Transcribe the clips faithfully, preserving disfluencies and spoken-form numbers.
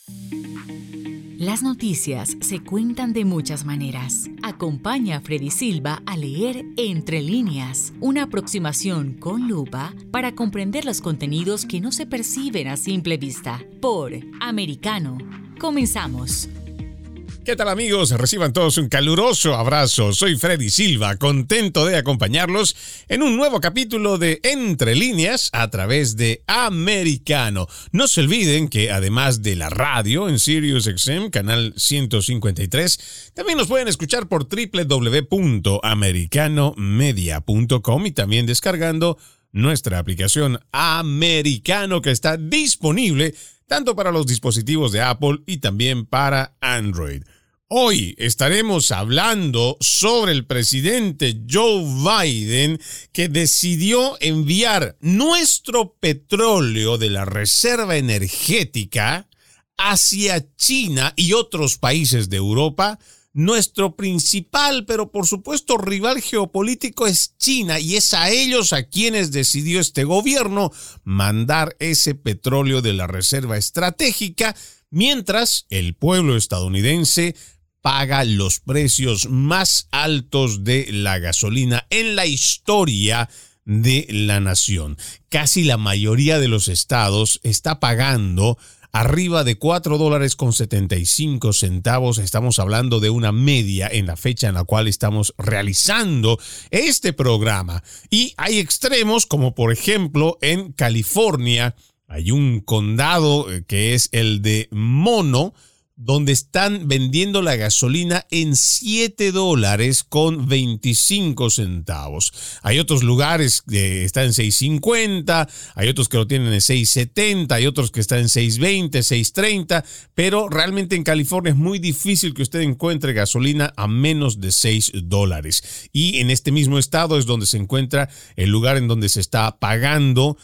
Las noticias se cuentan de muchas maneras. Acompaña a Freddy Silva a leer Entre Líneas, una aproximación con lupa para comprender los contenidos que no se perciben a simple vista. Por Americano. Comenzamos. ¿Qué tal, amigos? Reciban todos un caluroso abrazo. Soy Freddy Silva, contento de acompañarlos en un nuevo capítulo de Entre Líneas a través de Americano. No se olviden que además de la radio en Sirius X M, canal ciento cincuenta y tres, también nos pueden escuchar por doble u doble u doble u punto americano media punto com y también descargando nuestra aplicación Americano, que está disponible tanto para los dispositivos de Apple y también para Android. Hoy estaremos hablando sobre el presidente Joe Biden, que decidió enviar nuestro petróleo de la reserva energética hacia China y otros países de Europa. Nuestro principal, pero por supuesto rival geopolítico es China, y es a ellos a quienes decidió este gobierno mandar ese petróleo de la reserva estratégica, mientras el pueblo estadounidense paga los precios más altos de la gasolina en la historia de la nación. Casi la mayoría de los estados está pagando arriba de cuatro dólares con setenta y cinco centavos. Estamos hablando de una media en la fecha en la cual estamos realizando este programa. Y hay extremos, como por ejemplo en California hay un condado que es el de Mono, donde están vendiendo la gasolina en siete dólares con veinticinco centavos. Hay otros lugares que están en seis cincuenta, hay otros que lo tienen en seis setenta, hay otros que están en seis veinte, seis treinta, pero realmente en California es muy difícil que usted encuentre gasolina a menos de seis dólares. Y en este mismo estado es donde se encuentra el lugar en donde se está pagando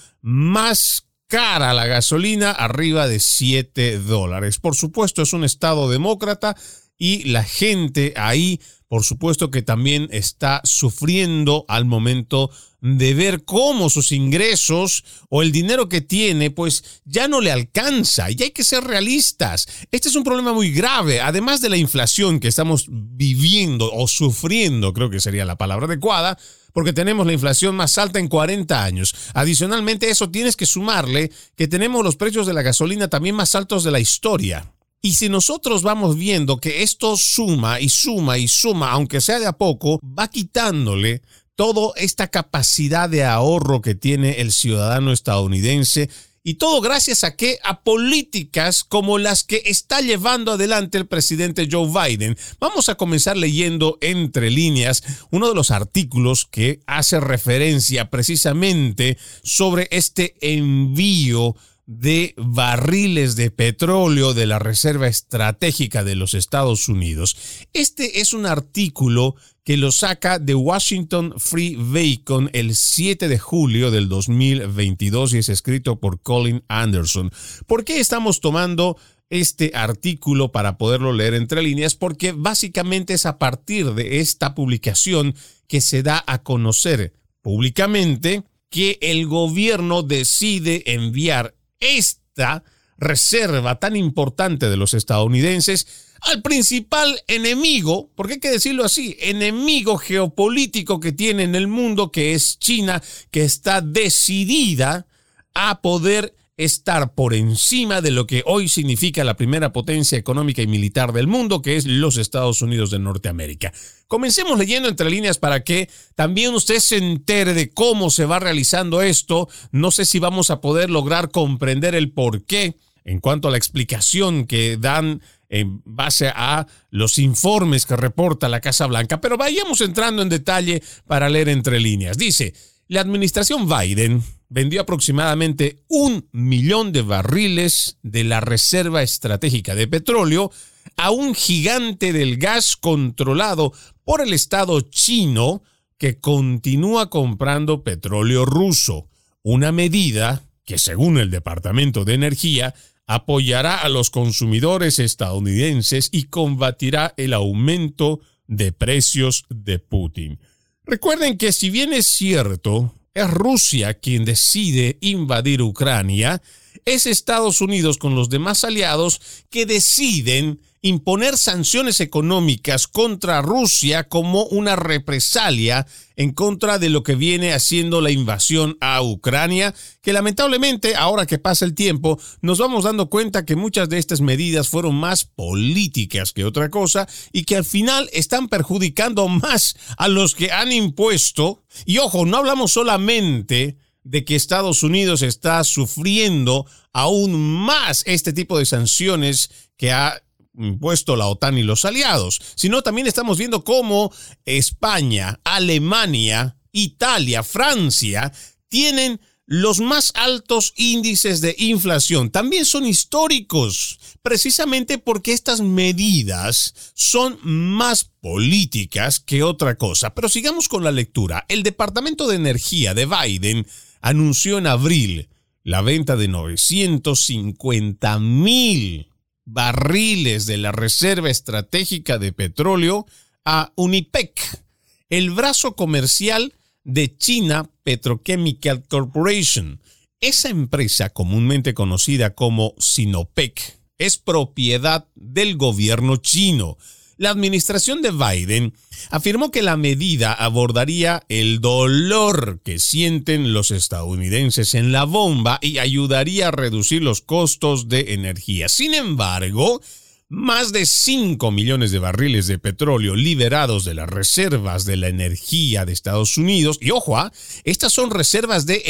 más cara la gasolina, arriba de siete dólares. Por supuesto, es un estado demócrata y la gente ahí, por supuesto que también está sufriendo al momento de ver cómo sus ingresos o el dinero que tiene, pues ya no le alcanza. Y hay que ser realistas. Este es un problema muy grave, además de la inflación que estamos viviendo o sufriendo, creo que sería la palabra adecuada, porque tenemos la inflación más alta en cuarenta años. Adicionalmente a eso tienes que sumarle que tenemos los precios de la gasolina también más altos de la historia. Y si nosotros vamos viendo que esto suma y suma y suma, aunque sea de a poco, va quitándole toda esta capacidad de ahorro que tiene el ciudadano estadounidense. Y todo gracias a qué? A políticas como las que está llevando adelante el presidente Joe Biden. Vamos a comenzar leyendo entre líneas uno de los artículos que hace referencia precisamente sobre este envío de barriles de petróleo de la reserva estratégica de los Estados Unidos. Este es un artículo que lo saca de Washington Free Bacon el siete de julio del dos mil veintidós y es escrito por Colin Anderson. ¿Por qué estamos tomando este artículo para poderlo leer entre líneas? Porque básicamente es a partir de esta publicación que se da a conocer públicamente que el gobierno decide enviar esta reserva tan importante de los estadounidenses al principal enemigo, porque hay que decirlo así, enemigo geopolítico que tiene en el mundo, que es China, que está decidida a poder estar por encima de lo que hoy significa la primera potencia económica y militar del mundo, que es los Estados Unidos de Norteamérica. Comencemos leyendo entre líneas para que también usted se entere de cómo se va realizando esto. No sé si vamos a poder lograr comprender el porqué en cuanto a la explicación que dan en base a los informes que reporta la Casa Blanca, pero vayamos entrando en detalle para leer entre líneas. Dice: la administración Biden vendió aproximadamente un millón de barriles de la reserva estratégica de petróleo a un gigante del gas controlado por el Estado chino que continúa comprando petróleo ruso, una medida que, según el Departamento de Energía, apoyará a los consumidores estadounidenses y combatirá el aumento de precios de Putin. Recuerden que, si bien es cierto, es Rusia quien decide invadir Ucrania, es Estados Unidos con los demás aliados que deciden imponer sanciones económicas contra Rusia como una represalia en contra de lo que viene haciendo la invasión a Ucrania, que lamentablemente, ahora que pasa el tiempo, nos vamos dando cuenta que muchas de estas medidas fueron más políticas que otra cosa y que al final están perjudicando más a los que han impuesto. Y ojo, no hablamos solamente de que Estados Unidos está sufriendo aún más este tipo de sanciones que ha impuesto la OTAN y los aliados, sino también estamos viendo cómo España, Alemania, Italia, Francia tienen los más altos índices de inflación. También son históricos, precisamente porque estas medidas son más políticas que otra cosa. Pero sigamos con la lectura. El Departamento de Energía de Biden anunció en abril la venta de novecientos cincuenta mil barriles de la Reserva Estratégica de Petróleo a Unipec, el brazo comercial de China Petrochemical Corporation. Esa empresa, comúnmente conocida como Sinopec, es propiedad del gobierno chino. La administración de Biden afirmó que la medida abordaría el dolor que sienten los estadounidenses en la bomba y ayudaría a reducir los costos de energía. Sin embargo, más de cinco millones de barriles de petróleo liberados de las reservas de la energía de Estados Unidos, y ojo, ¿eh? Estas son reservas de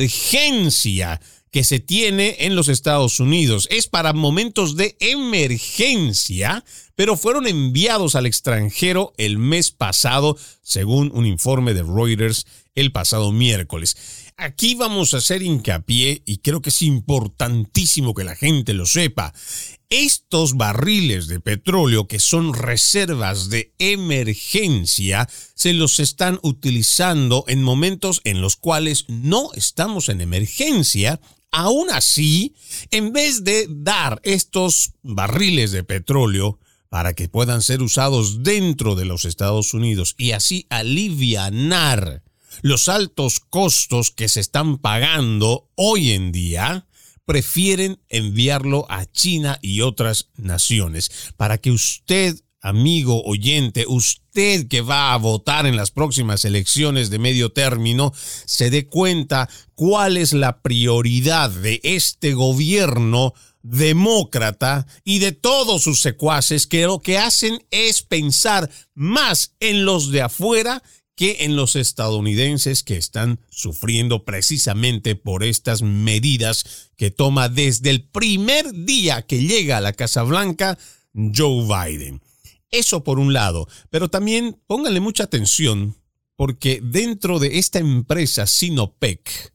emergencia que se tiene en los Estados Unidos. Es para momentos de emergencia, pero fueron enviados al extranjero el mes pasado, según un informe de Reuters el pasado miércoles. Aquí vamos a hacer hincapié, y creo que es importantísimo que la gente lo sepa. Estos barriles de petróleo, que son reservas de emergencia, se los están utilizando en momentos en los cuales no estamos en emergencia. Aún así, en vez de dar estos barriles de petróleo para que puedan ser usados dentro de los Estados Unidos y así alivianar los altos costos que se están pagando hoy en día, prefieren enviarlo a China y otras naciones para que usted, amigo oyente, usted que va a votar en las próximas elecciones de medio término, se dé cuenta cuál es la prioridad de este gobierno demócrata y de todos sus secuaces, que lo que hacen es pensar más en los de afuera que en los estadounidenses, que están sufriendo precisamente por estas medidas que toma desde el primer día que llega a la Casa Blanca Joe Biden. Eso por un lado, pero también pónganle mucha atención, porque dentro de esta empresa Sinopec,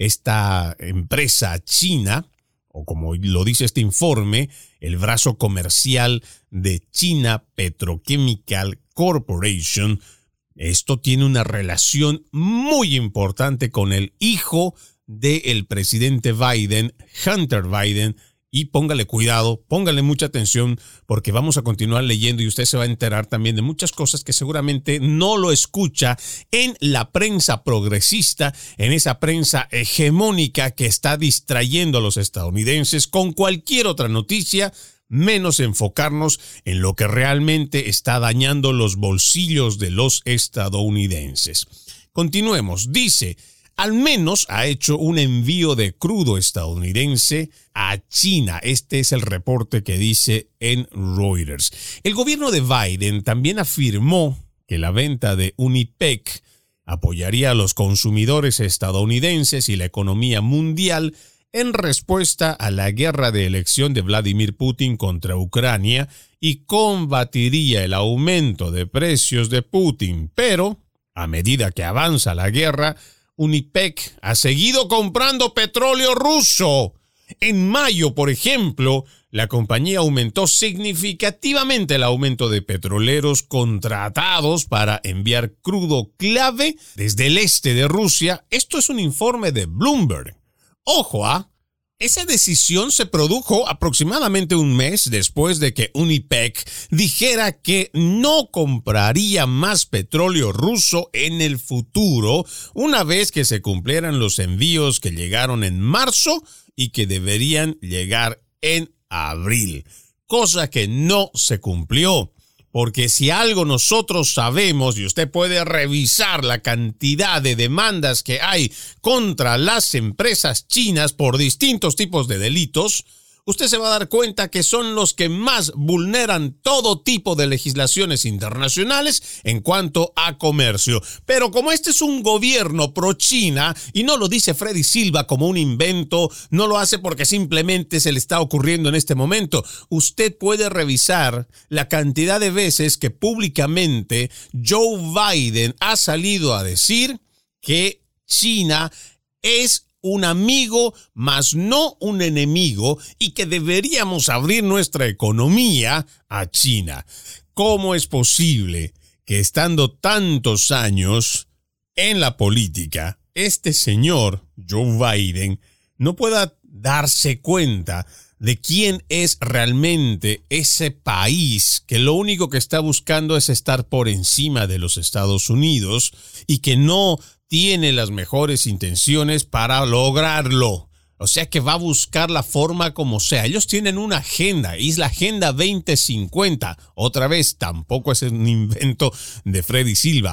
esta empresa china, o como lo dice este informe, el brazo comercial de China Petrochemical Corporation, esto tiene una relación muy importante con el hijo del presidente Biden, Hunter Biden, y póngale cuidado, póngale mucha atención, porque vamos a continuar leyendo y usted se va a enterar también de muchas cosas que seguramente no lo escucha en la prensa progresista, en esa prensa hegemónica que está distrayendo a los estadounidenses con cualquier otra noticia, menos enfocarnos en lo que realmente está dañando los bolsillos de los estadounidenses. Continuemos. Dice, al menos ha hecho un envío de crudo estadounidense a China. Este es el reporte que dice en Reuters. El gobierno de Biden también afirmó que la venta de Unipec apoyaría a los consumidores estadounidenses y la economía mundial en respuesta a la guerra de elección de Vladimir Putin contra Ucrania y combatiría el aumento de precios de Putin. Pero, a medida que avanza la guerra, Unipec ha seguido comprando petróleo ruso. En mayo, por ejemplo, la compañía aumentó significativamente el aumento de petroleros contratados para enviar crudo clave desde el este de Rusia. Esto es un informe de Bloomberg. Ojo, ¿ah? Esa decisión se produjo aproximadamente un mes después de que Unipec dijera que no compraría más petróleo ruso en el futuro, una vez que se cumplieran los envíos que llegaron en marzo y que deberían llegar en abril, cosa que no se cumplió. Porque si algo nosotros sabemos, y usted puede revisar la cantidad de demandas que hay contra las empresas chinas por distintos tipos de delitos, usted se va a dar cuenta que son los que más vulneran todo tipo de legislaciones internacionales en cuanto a comercio. Pero como este es un gobierno pro-China, y no lo dice Freddy Silva como un invento, no lo hace porque simplemente se le está ocurriendo en este momento. Usted puede revisar la cantidad de veces que públicamente Joe Biden ha salido a decir que China es un amigo, mas no un enemigo, y que deberíamos abrir nuestra economía a China. ¿Cómo es posible que estando tantos años en la política, este señor, Joe Biden, no pueda darse cuenta de quién es realmente ese país que lo único que está buscando es estar por encima de los Estados Unidos y que no tiene las mejores intenciones para lograrlo? O sea que va a buscar la forma como sea. Ellos tienen una agenda, y es la Agenda veinte cincuenta. Otra vez, tampoco es un invento de Freddy Silva.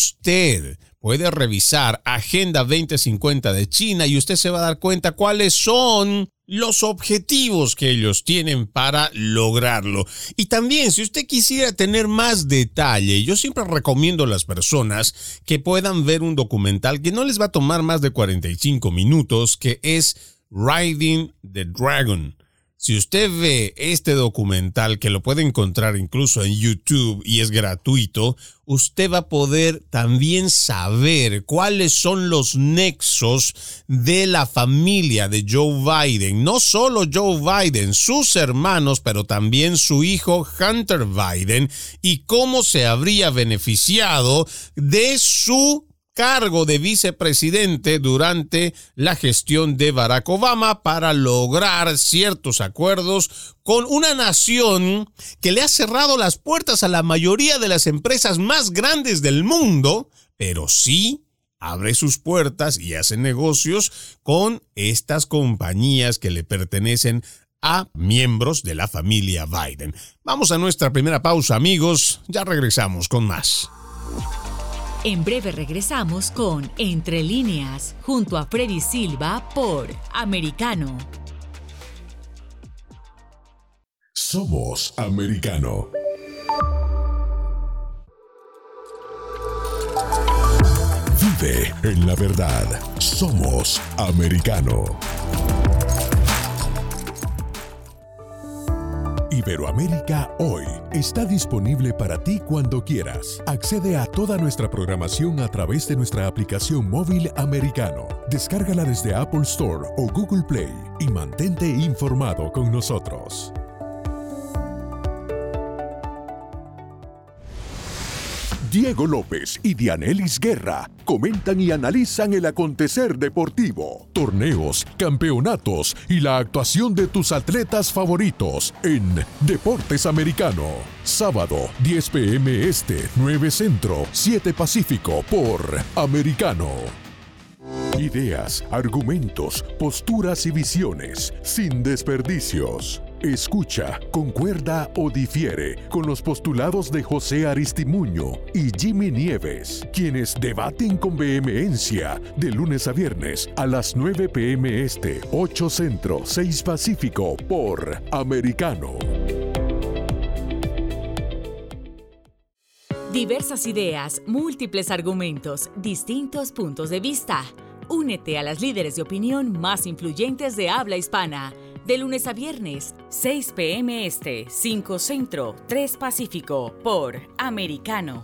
Usted puede revisar Agenda veinte cincuenta de China y usted se va a dar cuenta cuáles son los objetivos que ellos tienen para lograrlo. Y también, si usted quisiera tener más detalle, yo siempre recomiendo a las personas que puedan ver un documental que no les va a tomar más de cuarenta y cinco minutos, que es Riding the Dragon. Si usted ve este documental, que lo puede encontrar incluso en YouTube y es gratuito, usted va a poder también saber cuáles son los nexos de la familia de Joe Biden. No solo Joe Biden, sus hermanos, pero también su hijo Hunter Biden, y cómo se habría beneficiado de su cargo de vicepresidente durante la gestión de Barack Obama para lograr ciertos acuerdos con una nación que le ha cerrado las puertas a la mayoría de las empresas más grandes del mundo, pero sí abre sus puertas y hace negocios con estas compañías que le pertenecen a miembros de la familia Biden. Vamos a nuestra primera pausa, amigos. Ya regresamos con más. En breve regresamos con Entre Líneas, junto a Freddy Silva por Americano. Somos Americano. Vive en la verdad. Somos Americano. Iberoamérica Hoy está disponible para ti cuando quieras. Accede a toda nuestra programación a través de nuestra aplicación móvil Americano. Descárgala desde Apple Store o Google Play y mantente informado con nosotros. Diego López y Dianelis Guerra comentan y analizan el acontecer deportivo, torneos, campeonatos y la actuación de tus atletas favoritos en Deportes Americano. Sábado, diez p m Este, nueve Centro, siete Pacífico por Americano. Ideas, argumentos, posturas y visiones, sin desperdicios. Escucha, concuerda o difiere con los postulados de José Aristimuño y Jimmy Nieves, quienes debaten con vehemencia de lunes a viernes a las nueve p m Este, ocho Centro, seis Pacífico por Americano. Diversas ideas, múltiples argumentos, distintos puntos de vista. Únete a las líderes de opinión más influyentes de habla hispana. De lunes a viernes, seis p m Este, cinco Centro, tres Pacífico, por Americano.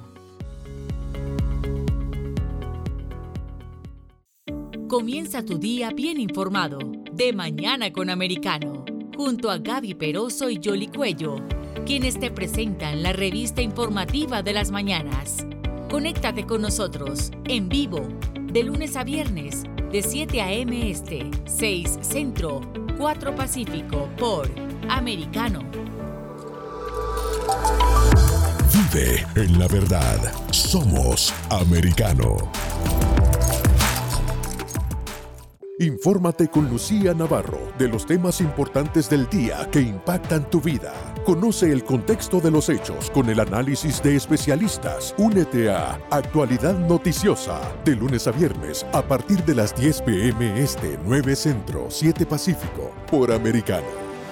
Comienza tu día bien informado. De Mañana con Americano, junto a Gaby Peroso y Yoli Cuello, quienes te presentan la revista informativa de las mañanas. Conéctate con nosotros en vivo, de lunes a viernes, de siete a m Este, seis Centro, cuatro Pacífico, por Americano. Vive en la verdad. Somos Americano. Infórmate con Lucía Navarro de los temas importantes del día que impactan tu vida. Conoce el contexto de los hechos con el análisis de especialistas. Únete a Actualidad Noticiosa de lunes a viernes a partir de las diez p.m. Este, nueve Centro, siete Pacífico, por Americano.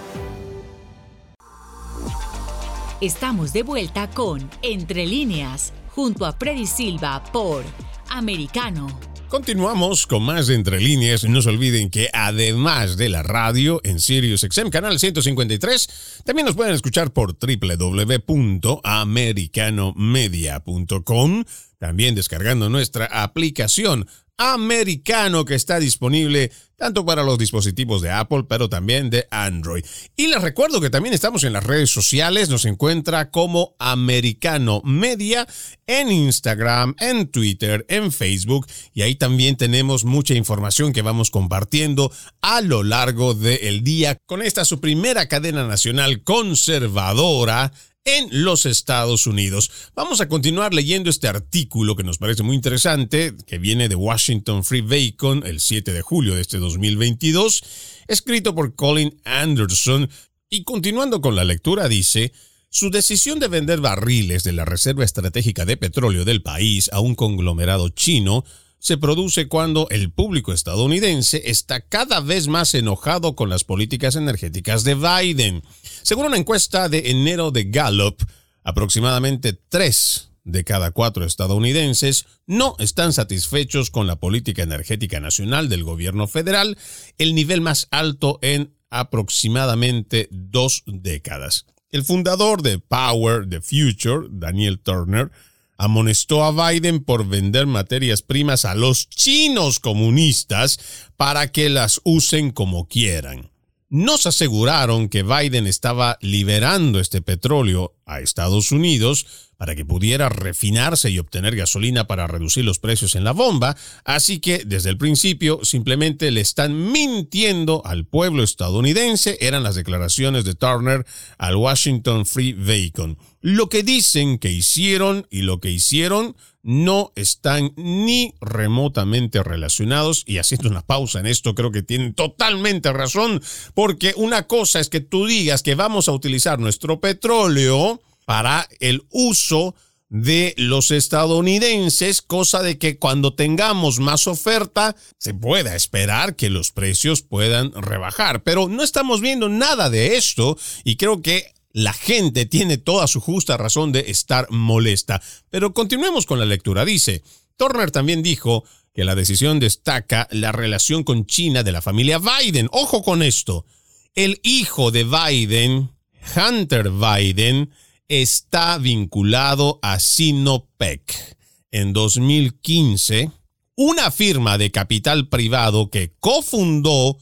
Estamos de vuelta con Entre Líneas, junto a Freddy Silva por Americano. Continuamos con más de Entre Líneas. No se olviden que además de la radio en Sirius X M Canal ciento cincuenta y tres, también nos pueden escuchar por doble u doble u doble u punto americano media punto com, también descargando nuestra aplicación Americano, que está disponible tanto para los dispositivos de Apple, pero también de Android. Y les recuerdo que también estamos en las redes sociales. Nos encuentra como Americano Media en Instagram, en Twitter, en Facebook. Y ahí también tenemos mucha información que vamos compartiendo a lo largo del día con esta su primera cadena nacional conservadora en los Estados Unidos. Vamos a continuar leyendo este artículo que nos parece muy interesante, que viene de Washington Free Bacon el siete de julio de este dos mil veintidós, escrito por Colin Anderson. Y continuando con la lectura, dice: su decisión de vender barriles de la Reserva Estratégica de Petróleo del país a un conglomerado chino se produce cuando el público estadounidense está cada vez más enojado con las políticas energéticas de Biden. Según una encuesta de enero de Gallup, aproximadamente tres de cada cuatro estadounidenses no están satisfechos con la política energética nacional del gobierno federal, el nivel más alto en aproximadamente dos décadas. El fundador de Power the Future, Daniel Turner, amonestó a Biden por vender materias primas a los chinos comunistas para que las usen como quieran. Nos aseguraron que Biden estaba liberando este petróleo a Estados Unidos para que pudiera refinarse y obtener gasolina para reducir los precios en la bomba, así que desde el principio simplemente le están mintiendo al pueblo estadounidense, eran las declaraciones de Turner al Washington Free Bacon. Lo que dicen que hicieron y lo que hicieron no están ni remotamente relacionados, y haciendo una pausa en esto creo que tienen totalmente razón, porque una cosa es que tú digas que vamos a utilizar nuestro petróleo para el uso de los estadounidenses, cosa de que cuando tengamos más oferta se pueda esperar que los precios puedan rebajar, pero no estamos viendo nada de esto y creo que la gente tiene toda su justa razón de estar molesta. Pero continuemos con la lectura. Dice, Turner también dijo que la decisión destaca la relación con China de la familia Biden. Ojo con esto. El hijo de Biden, Hunter Biden, está vinculado a Sinopec. En dos mil quince, una firma de capital privado que cofundó,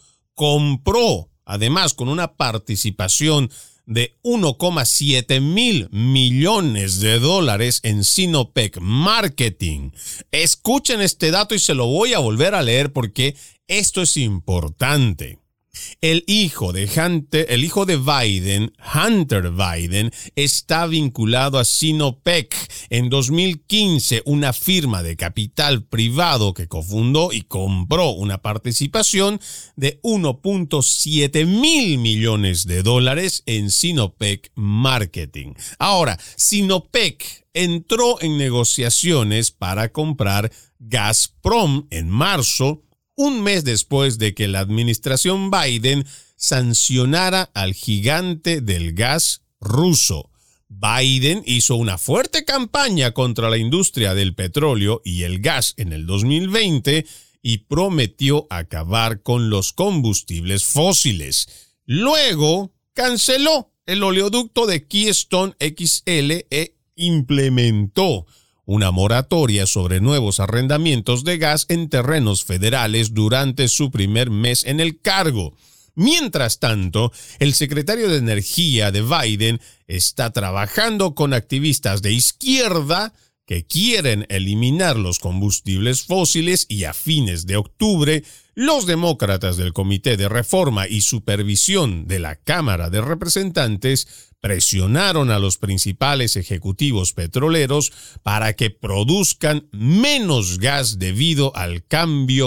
compró, además con una participación de uno coma siete mil millones de dólares en Sinopec Marketing. Escuchen este dato y se lo voy a volver a leer porque esto es importante. El hijo de Hunter, el hijo de Biden, Hunter Biden, está vinculado a Sinopec. En dos mil quince, una firma de capital privado que cofundó y compró una participación de uno punto siete mil millones de dólares en Sinopec Marketing. Ahora, Sinopec entró en negociaciones para comprar Gazprom en marzo, un mes después de que la administración Biden sancionara al gigante del gas ruso. Biden hizo una fuerte campaña contra la industria del petróleo y el gas en el dos mil veinte y prometió acabar con los combustibles fósiles. Luego canceló el oleoducto de Keystone X L e implementó una moratoria sobre nuevos arrendamientos de gas en terrenos federales durante su primer mes en el cargo. Mientras tanto, el secretario de Energía de Biden está trabajando con activistas de izquierda que quieren eliminar los combustibles fósiles y a fines de octubre, los demócratas del Comité de Reforma y Supervisión de la Cámara de Representantes presionaron a los principales ejecutivos petroleros para que produzcan menos gas debido al cambio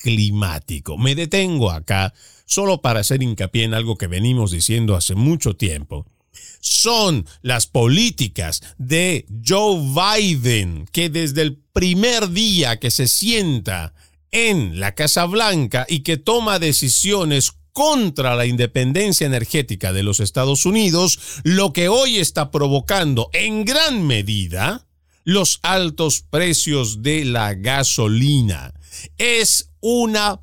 climático. Me detengo acá solo para hacer hincapié en algo que venimos diciendo hace mucho tiempo. Son las políticas de Joe Biden que desde el primer día que se sienta en la Casa Blanca y que toma decisiones contra la independencia energética de los Estados Unidos, lo que hoy está provocando en gran medida los altos precios de la gasolina. Es una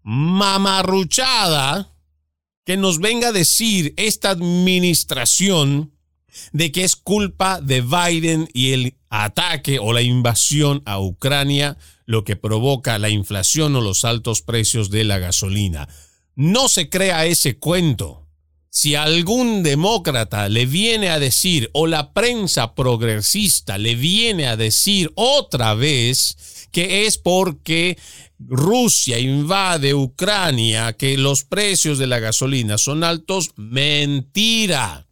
mamarruchada que nos venga a decir esta administración de que es culpa de Biden y el ataque o la invasión a Ucrania lo que provoca la inflación o los altos precios de la gasolina. No se crea ese cuento. Si algún demócrata le viene a decir, o la prensa progresista le viene a decir otra vez que es porque Rusia invade Ucrania, que los precios de la gasolina son altos, mentira.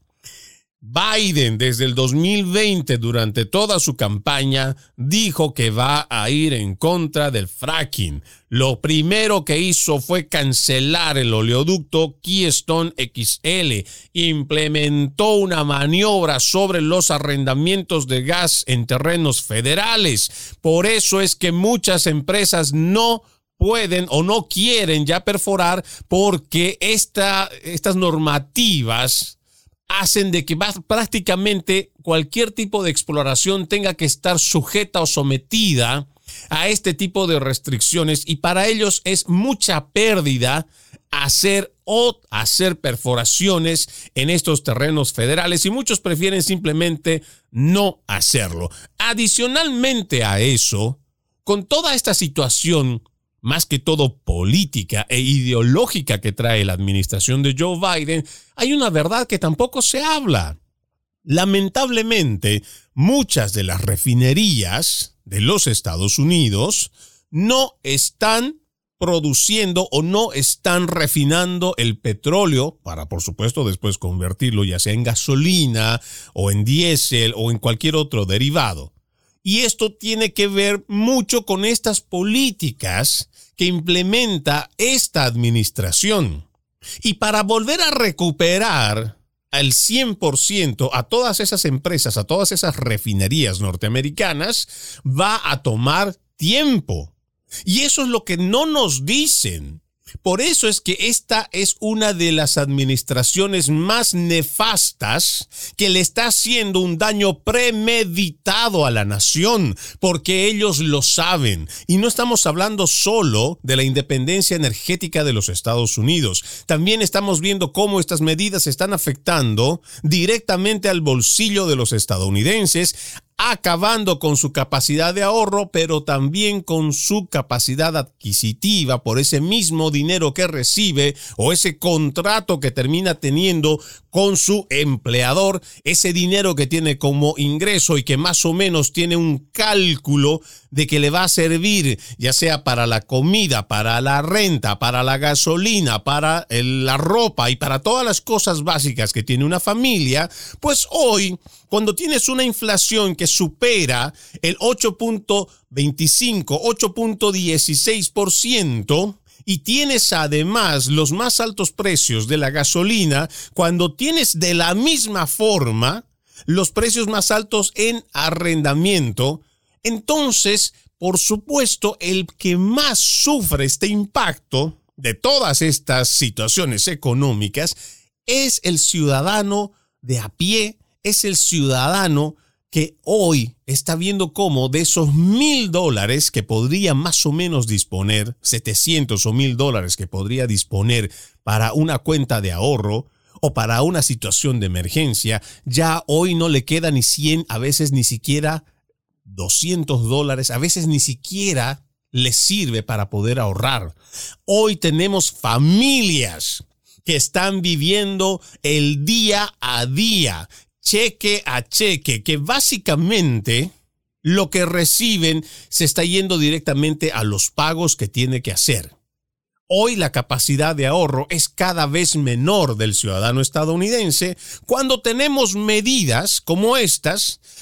Biden desde el dos mil veinte, durante toda su campaña, dijo que va a ir en contra del fracking. Lo primero que hizo fue cancelar el oleoducto Keystone X L. Implementó una maniobra sobre los arrendamientos de gas en terrenos federales. Por eso es que muchas empresas no pueden o no quieren ya perforar, porque esta, estas normativas hacen de que prácticamente cualquier tipo de exploración tenga que estar sujeta o sometida a este tipo de restricciones, y para ellos es mucha pérdida hacer o hacer perforaciones en estos terrenos federales, y muchos prefieren simplemente no hacerlo. Adicionalmente a eso, con toda esta situación más que todo política e ideológica que trae la administración de Joe Biden, hay una verdad que tampoco se habla. Lamentablemente, muchas de las refinerías de los Estados Unidos no están produciendo o no están refinando el petróleo para, por supuesto, después convertirlo ya sea en gasolina o en diésel o en cualquier otro derivado. Y esto tiene que ver mucho con estas políticas que implementa esta administración. Y para volver a recuperar al cien por ciento a todas esas empresas, a todas esas refinerías norteamericanas, va a tomar tiempo. Y eso es lo que no nos dicen. Por eso es que esta es una de las administraciones más nefastas que le está haciendo un daño premeditado a la nación, porque ellos lo saben. Y no estamos hablando solo de la independencia energética de los Estados Unidos. También estamos viendo cómo estas medidas están afectando directamente al bolsillo de los estadounidenses, acabando con su capacidad de ahorro, pero también con su capacidad adquisitiva por ese mismo dinero que recibe o ese contrato que termina teniendo con su empleador, ese dinero que tiene como ingreso y que más o menos tiene un cálculo de que le va a servir, ya sea para la comida, para la renta, para la gasolina, para el, la ropa y para todas las cosas básicas que tiene una familia. Pues hoy, cuando tienes una inflación que supera el ocho punto veinticinco, ocho punto dieciséis por ciento, y tienes además los más altos precios de la gasolina, cuando tienes de la misma forma los precios más altos en arrendamiento, entonces, por supuesto, el que más sufre este impacto de todas estas situaciones económicas es el ciudadano de a pie, es el ciudadano que hoy está viendo cómo de esos mil dólares que podría más o menos disponer, setecientos o mil dólares que podría disponer para una cuenta de ahorro o para una situación de emergencia, ya hoy no le queda ni cien, a veces ni siquiera doscientos dólares, a veces ni siquiera le sirve para poder ahorrar. Hoy tenemos familias que están viviendo el día a día, cheque a cheque, que básicamente lo que reciben se está yendo directamente a los pagos que tiene que hacer. Hoy la capacidad de ahorro es cada vez menor del ciudadano estadounidense cuando tenemos medidas como estas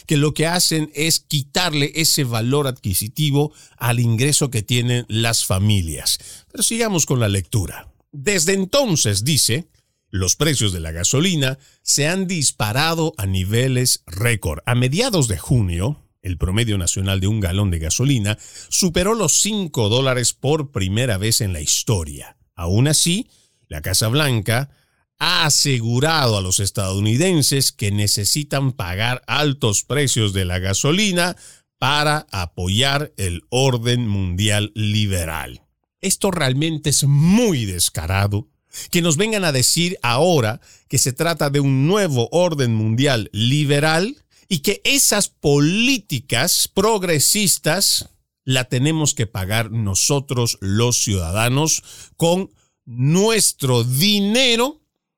que lo que hacen es quitarle ese valor adquisitivo al ingreso que tienen las familias. Pero sigamos con la lectura. Desde entonces, dice, los precios de la gasolina se han disparado a niveles récord. A mediados de junio, el promedio nacional de un galón de gasolina superó los cinco dólares por primera vez en la historia. Aún así, la Casa Blanca ha asegurado a los estadounidenses que necesitan pagar altos precios de la gasolina para apoyar el orden mundial liberal. Esto realmente es muy descarado, que nos vengan a decir ahora que se trata de un nuevo orden mundial liberal y que esas políticas progresistas la tenemos que pagar nosotros los ciudadanos con nuestro dinero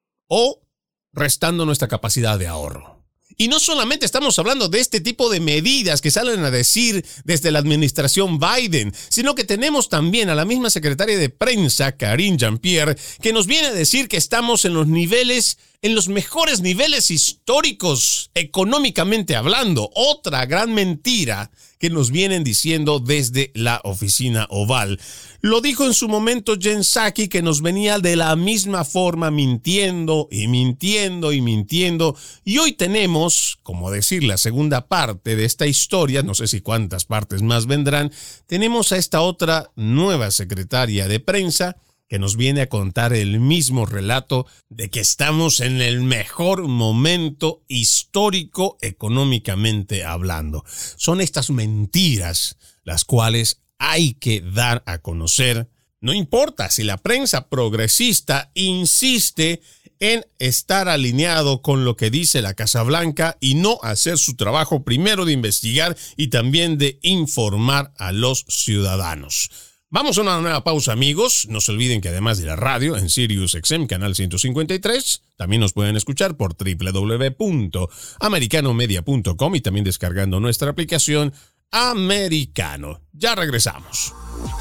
o restando nuestra capacidad de ahorro. Y no solamente estamos hablando de este tipo de medidas que salen a decir desde la administración Biden, sino que tenemos también a la misma secretaria de prensa, Karine Jean-Pierre, que nos viene a decir que estamos en los niveles, en los mejores niveles históricos, económicamente hablando. Otra gran mentira que nos vienen diciendo desde la oficina oval. Lo dijo en su momento Jen Psaki, que nos venía de la misma forma mintiendo y mintiendo y mintiendo. Y hoy tenemos, como decir, la segunda parte de esta historia, no sé si cuántas partes más vendrán, tenemos a esta otra nueva secretaria de prensa que nos viene a contar el mismo relato de que estamos en el mejor momento histórico económicamente hablando. Son estas mentiras las cuales hay que dar a conocer. No importa si la prensa progresista insiste en estar alineado con lo que dice la Casa Blanca y no hacer su trabajo primero de investigar y también de informar a los ciudadanos. Vamos a una nueva pausa, amigos. No se olviden que además de la radio, en Sirius X M, canal ciento cincuenta y tres, también nos pueden escuchar por doble u doble u doble u punto americano media punto com y también descargando nuestra aplicación Americano. Ya regresamos.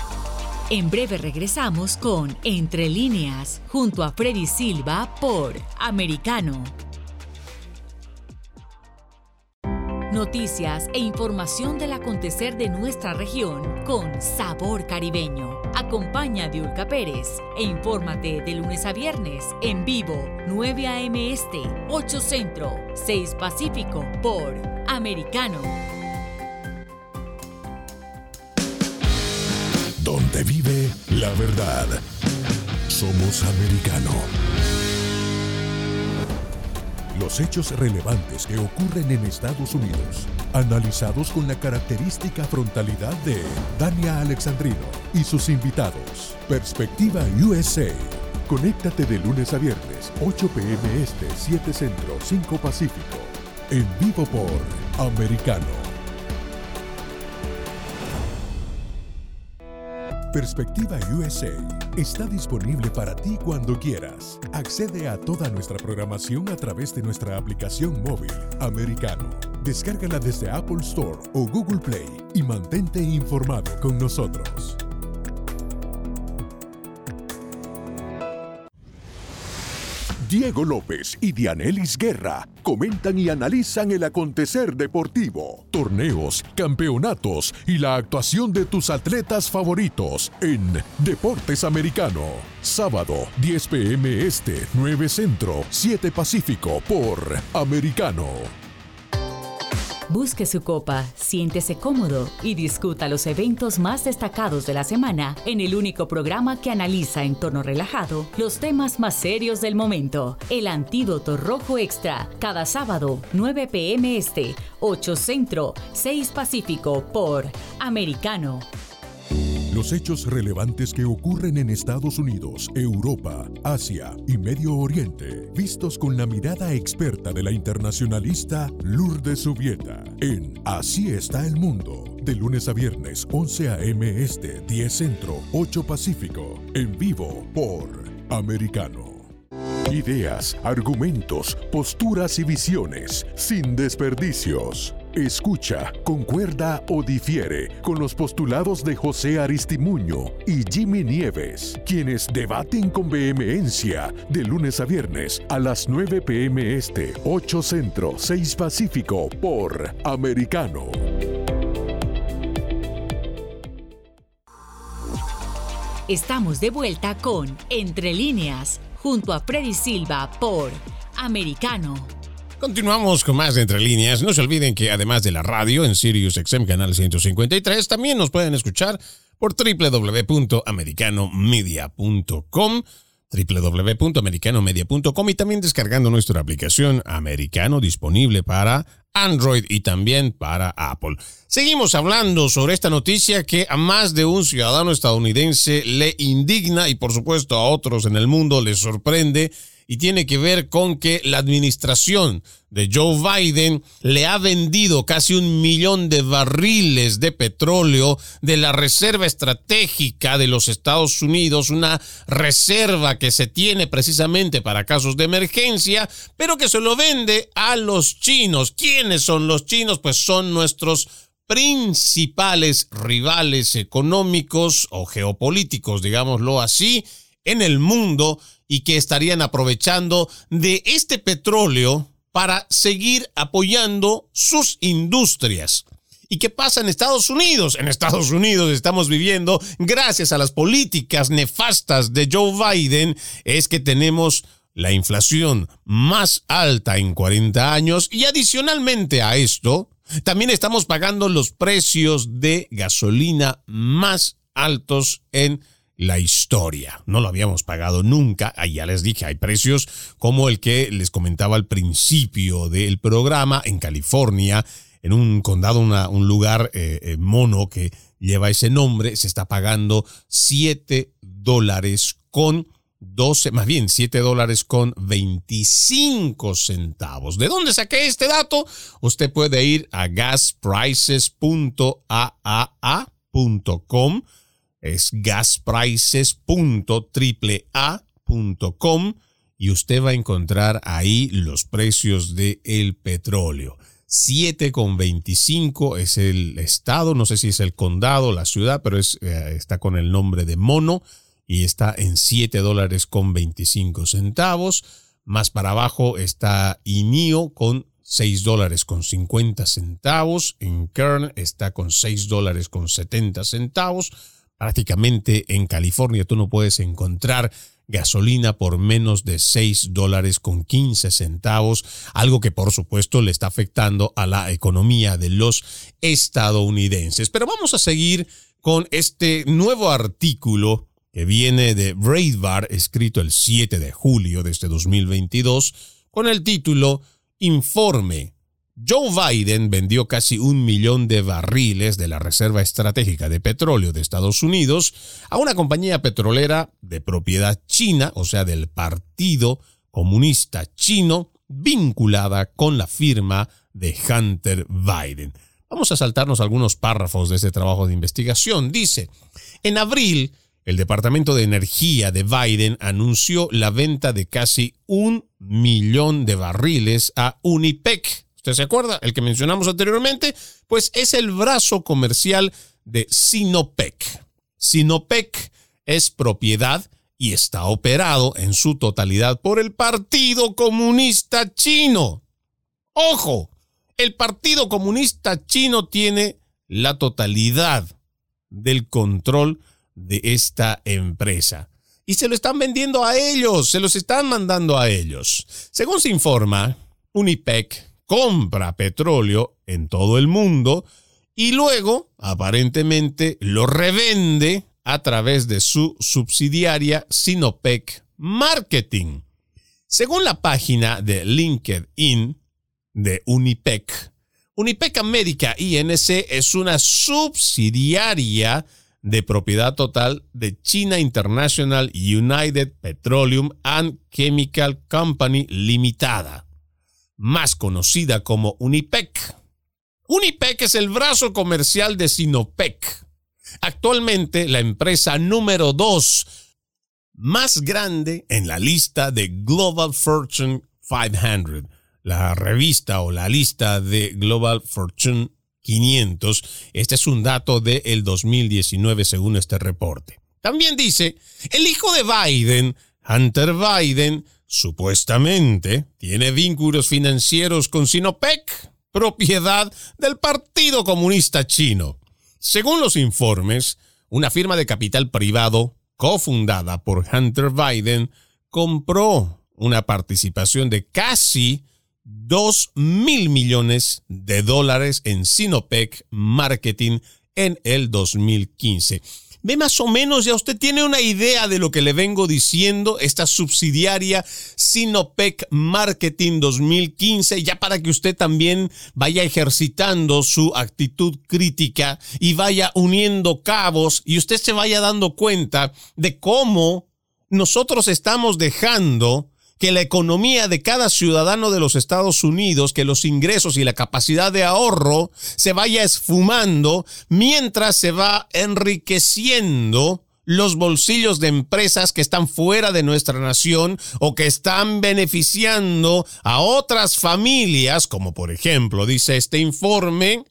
En breve regresamos con Entre Líneas, junto a Freddy Silva por Americano. Noticias e información del acontecer de nuestra región con sabor caribeño. Acompaña a Diulca Pérez e infórmate de lunes a viernes en vivo, nueve a eme este, ocho centro, seis pacífico por Americano. Donde vive la verdad. Somos Americano. Los hechos relevantes que ocurren en Estados Unidos, analizados con la característica frontalidad de Dania Alexandrino y sus invitados. Perspectiva U S A. Conéctate de lunes a viernes, ocho pe eme este, siete centro, cinco pacífico. En vivo por Americano. Perspectiva U S A está disponible para ti cuando quieras. Accede a toda nuestra programación a través de nuestra aplicación móvil Americano. Descárgala desde Apple Store o Google Play y mantente informado con nosotros. Diego López y Dianelis Guerra comentan y analizan el acontecer deportivo, torneos, campeonatos y la actuación de tus atletas favoritos en Deportes Americano. Sábado, diez pe eme este, nueve centro, siete pacífico por Americano. Busque su copa, siéntese cómodo y discuta los eventos más destacados de la semana en el único programa que analiza en tono relajado los temas más serios del momento. El Antídoto Rojo Extra, cada sábado, nueve pe eme este, ocho centro, seis pacífico por Americano. Los hechos relevantes que ocurren en Estados Unidos, Europa, Asia y Medio Oriente, vistos con la mirada experta de la internacionalista Lourdes Subieta, en Así está el mundo, de lunes a viernes, once a eme este, diez centro, ocho pacífico, en vivo por Americano. Ideas, argumentos, posturas y visiones, sin desperdicios. Escucha, concuerda o difiere con los postulados de José Aristimuño y Jimmy Nieves, quienes debaten con vehemencia de lunes a viernes a las nueve p.m. Este, ocho Centro, seis Pacífico por Americano. Estamos de vuelta con Entre Líneas, junto a Freddy Silva por Americano. Continuamos con más de Entre Líneas. No se olviden que además de la radio en Sirius X M Canal ciento cincuenta y tres, también nos pueden escuchar por doble u doble u doble u punto americano media punto com, doble u doble u doble u punto americano media punto com, y también descargando nuestra aplicación Americano, disponible para Android y también para Apple. Seguimos hablando sobre esta noticia que a más de un ciudadano estadounidense le indigna y por supuesto a otros en el mundo les sorprende, y tiene que ver con que la administración de Joe Biden le ha vendido casi un millón de barriles de petróleo de la reserva estratégica de los Estados Unidos, una reserva que se tiene precisamente para casos de emergencia, pero que se lo vende a los chinos. ¿Quiénes son los chinos? Pues son nuestros principales rivales económicos o geopolíticos, digámoslo así, en el mundo, y que estarían aprovechando de este petróleo para seguir apoyando sus industrias. ¿Y qué pasa en Estados Unidos? En Estados Unidos estamos viviendo, gracias a las políticas nefastas de Joe Biden, es que tenemos la inflación más alta en cuarenta años, y adicionalmente a esto, también estamos pagando los precios de gasolina más altos en la historia. No lo habíamos pagado nunca. Ahí ya les dije, hay precios como el que les comentaba al principio del programa en California, en un condado, una, un lugar eh, eh, mono que lleva ese nombre, se está pagando siete dólares con doce, más bien siete dólares con veinticinco centavos. ¿De dónde saqué este dato? Usted puede ir a gas prices punto a a a punto com. Es gas prices punto a a a punto com y usted va a encontrar ahí los precios del petróleo. siete con veinticinco es el estado, no sé si es el condado, la ciudad, pero es, eh, está con el nombre de Mono y está en siete dólares con veinticinco centavos. Más para abajo está Inio con seis dólares con cincuenta centavos. En Kern está con seis dólares con setenta centavos. Prácticamente en California tú no puedes encontrar gasolina por menos de seis dólares con quince centavos, algo que por supuesto le está afectando a la economía de los estadounidenses. Pero vamos a seguir con este nuevo artículo que viene de Breitbart, escrito el siete de julio de este dos mil veintidós, con el título Informe. Joe Biden vendió casi un millón de barriles de la Reserva Estratégica de Petróleo de Estados Unidos a una compañía petrolera de propiedad china, o sea, del Partido Comunista Chino, vinculada con la firma de Hunter Biden. Vamos a saltarnos algunos párrafos de este trabajo de investigación. Dice, en abril, el Departamento de Energía de Biden anunció la venta de casi un millón de barriles a Unipec. ¿Usted se acuerda? El que mencionamos anteriormente, pues es el brazo comercial de Sinopec. Sinopec es propiedad y está operado en su totalidad por el Partido Comunista Chino. ¡Ojo! El Partido Comunista Chino tiene la totalidad del control de esta empresa. Y se lo están vendiendo a ellos, se los están mandando a ellos. Según se informa, Unipec compra petróleo en todo el mundo y luego, aparentemente, lo revende a través de su subsidiaria Sinopec Marketing. Según la página de LinkedIn de Unipec, Unipec América I N C es una subsidiaria de propiedad total de China International United Petroleum and Chemical Company Limitada, más conocida como Unipec. Unipec es el brazo comercial de Sinopec. Actualmente la empresa número dos más grande en la lista de Global Fortune quinientos, la revista o la lista de Global Fortune quinientos. Este es un dato del dos mil diecinueve según este reporte. También dice, el hijo de Biden, Hunter Biden, supuestamente tiene vínculos financieros con Sinopec, propiedad del Partido Comunista Chino. Según los informes, una firma de capital privado cofundada por Hunter Biden compró una participación de casi dos mil millones de dólares en Sinopec Marketing en el dos mil quince. Ve, más o menos, ya usted tiene una idea de lo que le vengo diciendo, esta subsidiaria Sinopec Marketing dos mil quince, ya para que usted también vaya ejercitando su actitud crítica y vaya uniendo cabos y usted se vaya dando cuenta de cómo nosotros estamos dejando que la economía de cada ciudadano de los Estados Unidos, que los ingresos y la capacidad de ahorro se vaya esfumando mientras se va enriqueciendo los bolsillos de empresas que están fuera de nuestra nación o que están beneficiando a otras familias, como por ejemplo, dice este informe,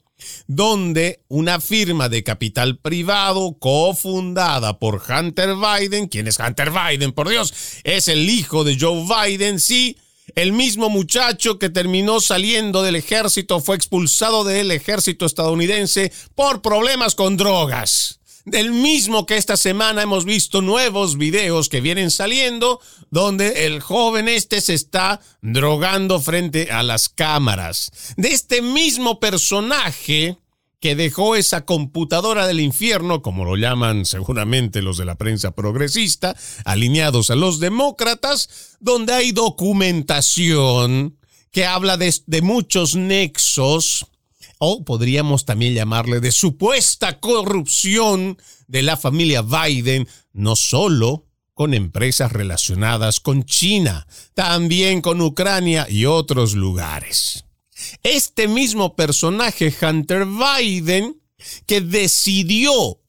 donde una firma de capital privado cofundada por Hunter Biden, ¿quién es Hunter Biden? Por Dios, es el hijo de Joe Biden, sí, el mismo muchacho que terminó saliendo del ejército, fue expulsado del ejército estadounidense por problemas con drogas. Del mismo que esta semana hemos visto nuevos videos que vienen saliendo donde el joven este se está drogando frente a las cámaras. De este mismo personaje que dejó esa computadora del infierno, como lo llaman seguramente los de la prensa progresista, alineados a los demócratas, donde hay documentación que habla de, de muchos nexos, o podríamos también llamarle de supuesta corrupción de la familia Biden, no solo con empresas relacionadas con China, también con Ucrania y otros lugares. Este mismo personaje, Hunter Biden, que decidió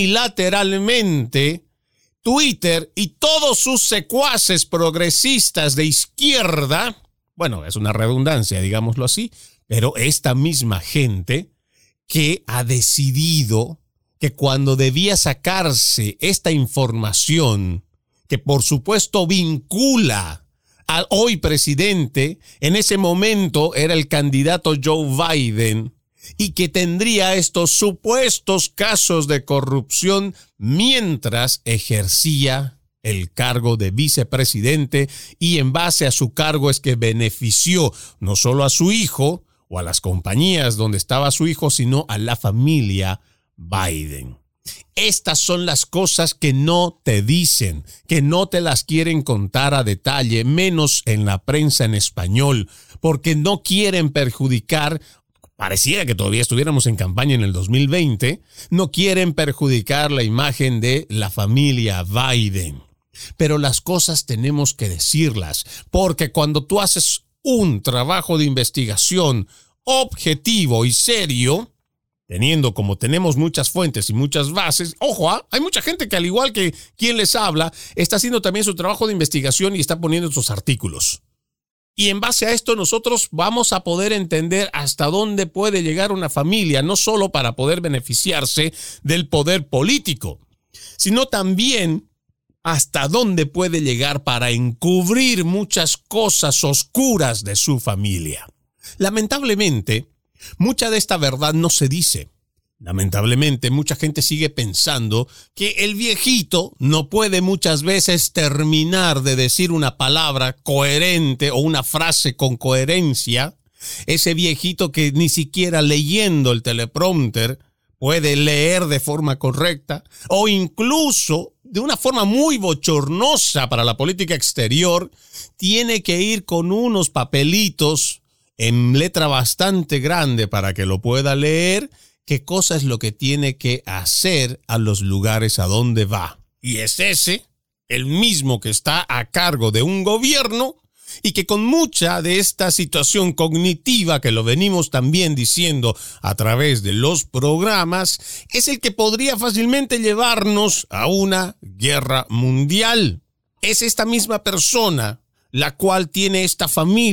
unilateralmente Twitter y todos sus secuaces progresistas de izquierda, bueno, es una redundancia, digámoslo así, pero esta misma gente que ha decidido que cuando debía sacarse esta información, que por supuesto vincula al hoy presidente, en ese momento era el candidato Joe Biden, y que tendría estos supuestos casos de corrupción mientras ejercía el cargo de vicepresidente, y en base a su cargo es que benefició no solo a su hijo o a las compañías donde estaba su hijo, sino a la familia Biden. Estas son las cosas que no te dicen, que no te las quieren contar a detalle, menos en la prensa en español, porque no quieren perjudicar. Pareciera que todavía estuviéramos en campaña en el dos mil veinte, no quieren perjudicar la imagen de la familia Biden. Pero las cosas tenemos que decirlas, porque cuando tú haces un trabajo de investigación objetivo y serio, teniendo como tenemos muchas fuentes y muchas bases, ojo, ¿eh? Hay mucha gente que al igual que quien les habla, está haciendo también su trabajo de investigación y está poniendo sus artículos. Y en base a esto nosotros vamos a poder entender hasta dónde puede llegar una familia, no solo para poder beneficiarse del poder político, sino también hasta dónde puede llegar para encubrir muchas cosas oscuras de su familia. Lamentablemente, mucha de esta verdad no se dice. Lamentablemente, mucha gente sigue pensando que el viejito no puede muchas veces terminar de decir una palabra coherente o una frase con coherencia. Ese viejito que ni siquiera leyendo el teleprompter puede leer de forma correcta, o incluso de una forma muy bochornosa para la política exterior, tiene que ir con unos papelitos en letra bastante grande para que lo pueda leer, qué cosa es lo que tiene que hacer a los lugares a donde va. Y es ese, el mismo que está a cargo de un gobierno y que con mucha de esta situación cognitiva, que lo venimos también diciendo a través de los programas, es el que podría fácilmente llevarnos a una guerra mundial. Es esta misma persona la cual tiene esta familia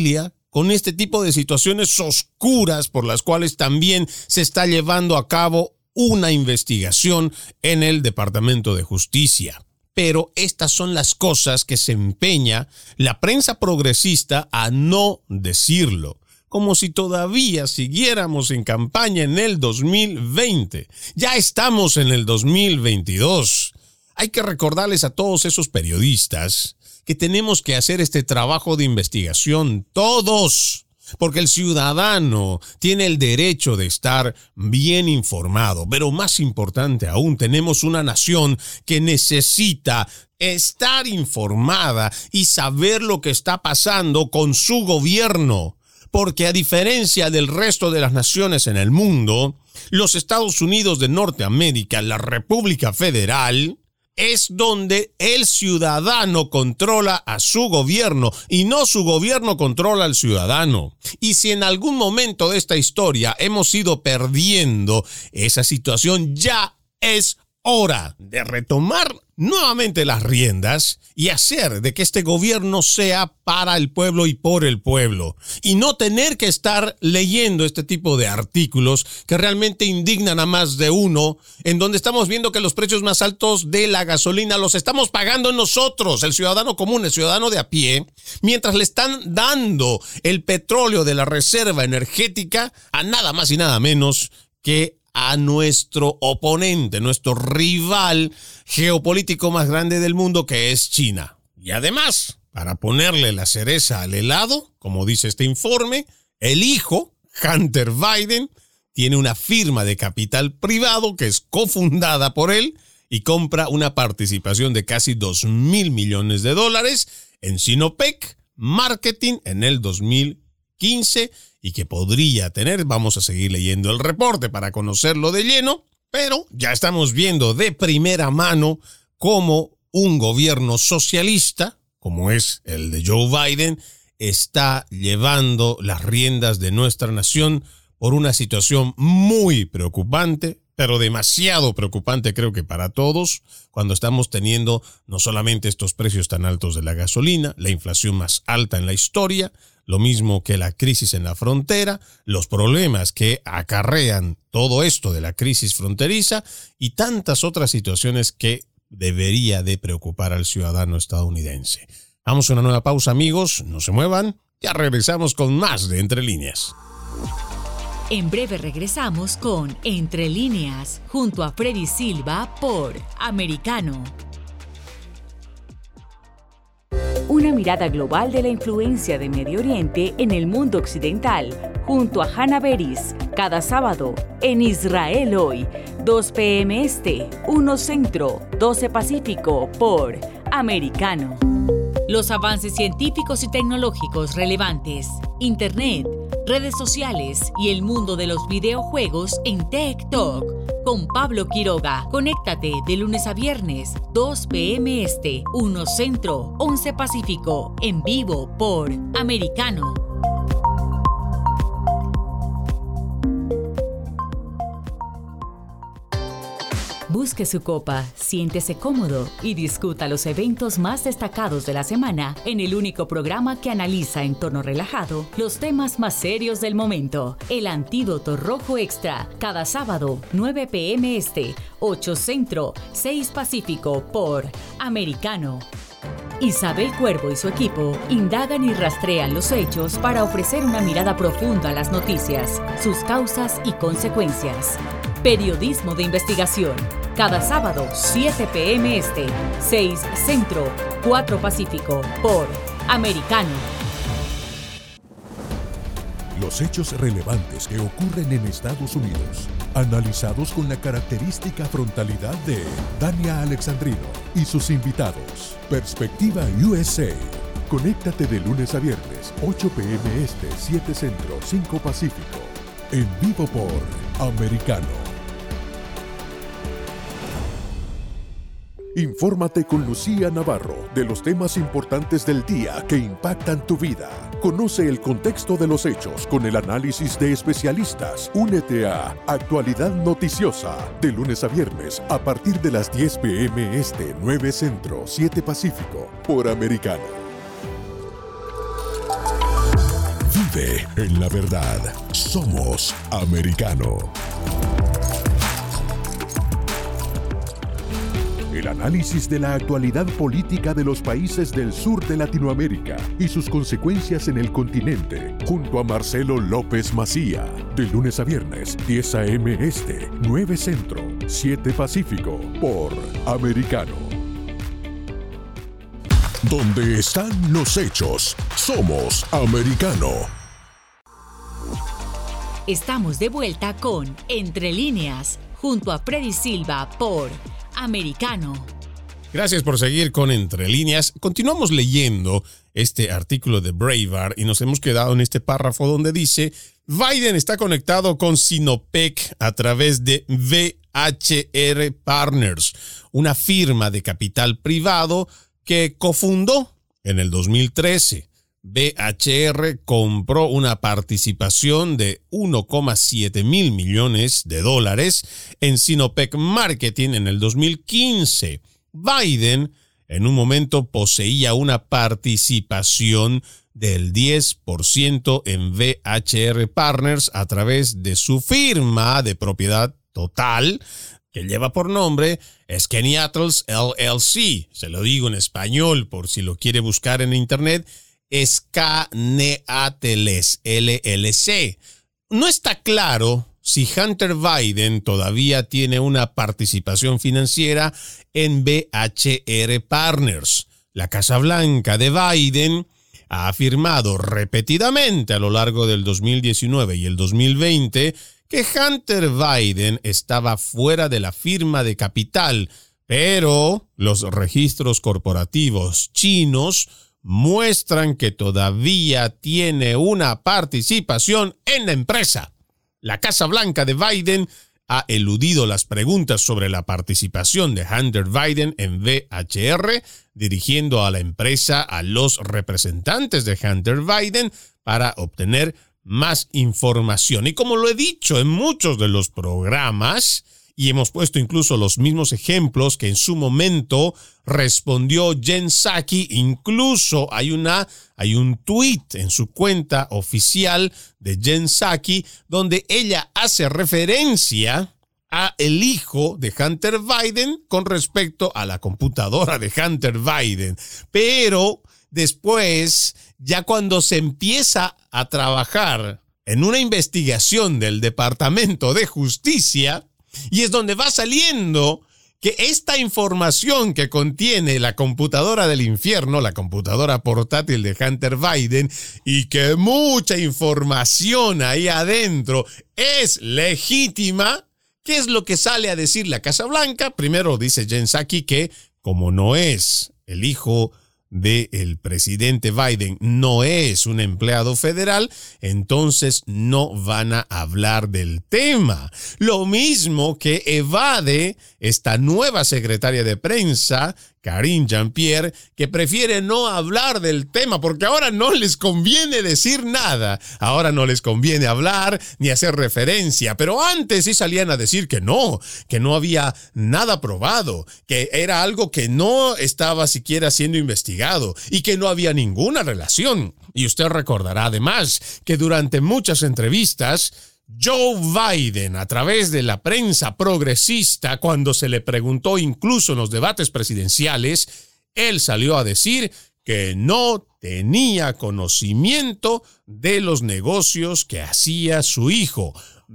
con este tipo de situaciones oscuras por las cuales también se está llevando a cabo una investigación en el Departamento de Justicia. Pero estas son las cosas que se empeña la prensa progresista a no decirlo, como si todavía siguiéramos en campaña en el dos mil veinte. Ya estamos en el dos mil veintidós. Hay que recordarles a todos esos periodistas que tenemos que hacer este trabajo de investigación todos, porque el ciudadano tiene el derecho de estar bien informado, pero más importante aún, tenemos una nación que necesita estar informada y saber lo que está pasando con su gobierno, porque a diferencia del resto de las naciones en el mundo, los Estados Unidos de Norteamérica, la República Federal, es donde el ciudadano controla a su gobierno y no su gobierno controla al ciudadano. Y si en algún momento de esta historia hemos ido perdiendo esa situación, ya es hora de retomar nuevamente las riendas y hacer de que este gobierno sea para el pueblo y por el pueblo, y no tener que estar leyendo este tipo de artículos que realmente indignan a más de uno, en donde estamos viendo que los precios más altos de la gasolina los estamos pagando nosotros, el ciudadano común, el ciudadano de a pie, mientras le están dando el petróleo de la reserva energética a nada más y nada menos que a nuestro oponente, nuestro rival geopolítico más grande del mundo, que es China. Y además, para ponerle la cereza al helado, como dice este informe, el hijo, Hunter Biden, tiene una firma de capital privado que es cofundada por él y compra una participación de casi dos mil millones de dólares en Sinopec Marketing en el dos mil quince, y que podría tener, vamos a seguir leyendo el reporte para conocerlo de lleno, pero ya estamos viendo de primera mano cómo un gobierno socialista, como es el de Joe Biden, está llevando las riendas de nuestra nación por una situación muy preocupante, pero demasiado preocupante creo que para todos, cuando estamos teniendo no solamente estos precios tan altos de la gasolina, la inflación más alta en la historia, lo mismo que la crisis en la frontera, los problemas que acarrean todo esto de la crisis fronteriza y tantas otras situaciones que debería de preocupar al ciudadano estadounidense. Vamos a una nueva pausa, amigos, no se muevan, ya regresamos con más de Entre Líneas. En breve regresamos con Entre Líneas, junto a Freddy Silva por Americano. Una mirada global de la influencia de Medio Oriente en el mundo occidental, junto a Hannah Beris, cada sábado en Israel Hoy, dos p m Este, uno Centro, doce Pacífico, por Americano. Los avances científicos y tecnológicos relevantes, Internet, redes sociales y el mundo de los videojuegos en Tech Talk con Pablo Quiroga. Conéctate de lunes a viernes, dos p m Este, uno Centro, once Pacífico, en vivo por Americano. Busque su copa, siéntese cómodo y discuta los eventos más destacados de la semana en el único programa que analiza en tono relajado los temas más serios del momento. El Antídoto Rojo Extra, cada sábado, nueve p m Este, ocho Centro, seis Pacífico, por Americano. Isabel Cuervo y su equipo indagan y rastrean los hechos para ofrecer una mirada profunda a las noticias, sus causas y consecuencias. Periodismo de investigación. Cada sábado, siete p m Este, seis Centro, cuatro Pacífico, por Americano. Los hechos relevantes que ocurren en Estados Unidos, analizados con la característica frontalidad de Dania Alexandrino y sus invitados. Perspectiva U S A. Conéctate de lunes a viernes, ocho p m Este, siete Centro, cinco Pacífico. En vivo por Americano. Infórmate con Lucía Navarro de los temas importantes del día que impactan tu vida. Conoce el contexto de los hechos con el análisis de especialistas. Únete a Actualidad Noticiosa de lunes a viernes a partir de las diez p m Este, nueve Centro, siete Pacífico, por Americano. Vive en la verdad. Somos americano. El análisis de la actualidad política de los países del sur de Latinoamérica y sus consecuencias en el continente, junto a Marcelo López Macía, de lunes a viernes, diez a eme Este, nueve Centro, siete Pacífico, por Americano. Donde están los hechos, somos americano. Estamos de vuelta con Entre Líneas, junto a Freddy Silva por Americano. Gracias por seguir con Entre Líneas. Continuamos leyendo este artículo de Breitbart y nos hemos quedado en este párrafo donde dice: Biden está conectado con Sinopec a través de V H R Partners, una firma de capital privado que cofundó en el dos mil trece. V H R compró una participación de uno coma siete mil millones de dólares en Sinopec Marketing en el dos mil quince. Biden en un momento poseía una participación del diez por ciento en V H R Partners a través de su firma de propiedad total, que lleva por nombre Skaneateles L L C. Se lo digo en español por si lo quiere buscar en internet. Skaneateles L L C. No está claro si Hunter Biden todavía tiene una participación financiera en V H R Partners. La Casa Blanca de Biden ha afirmado repetidamente a lo largo del dos mil diecinueve y el dos mil veinte que Hunter Biden estaba fuera de la firma de capital, pero los registros corporativos chinos muestran que todavía tiene una participación en la empresa. La Casa Blanca de Biden ha eludido las preguntas sobre la participación de Hunter Biden en V H R, dirigiendo a la empresa a los representantes de Hunter Biden para obtener más información. Y como lo he dicho en muchos de los programas, y hemos puesto incluso los mismos ejemplos que en su momento respondió Jen Psaki. Incluso hay una hay un tweet en su cuenta oficial de Jen Psaki donde ella hace referencia a el hijo de Hunter Biden con respecto a la computadora de Hunter Biden. Pero después, ya cuando se empieza a trabajar en una investigación del Departamento de Justicia, y es donde va saliendo que esta información que contiene la computadora del infierno, la computadora portátil de Hunter Biden, y que mucha información ahí adentro es legítima, ¿qué es lo que sale a decir la Casa Blanca? Primero dice Jen Psaki que, como no es el hijo del presidente Biden, no es un empleado federal, entonces no van a hablar del tema. Lo mismo que evade esta nueva secretaria de prensa, Karine Jean-Pierre, que prefiere no hablar del tema porque ahora no les conviene decir nada. Ahora no les conviene hablar ni hacer referencia, pero antes sí salían a decir que no, que no había nada probado, que era algo que no estaba siquiera siendo investigado y que no había ninguna relación. Y usted recordará además que durante muchas entrevistas, Joe Biden, a través de la prensa progresista, cuando se le preguntó incluso en los debates presidenciales, él salió a decir que no tenía conocimiento de los negocios que hacía su hijo.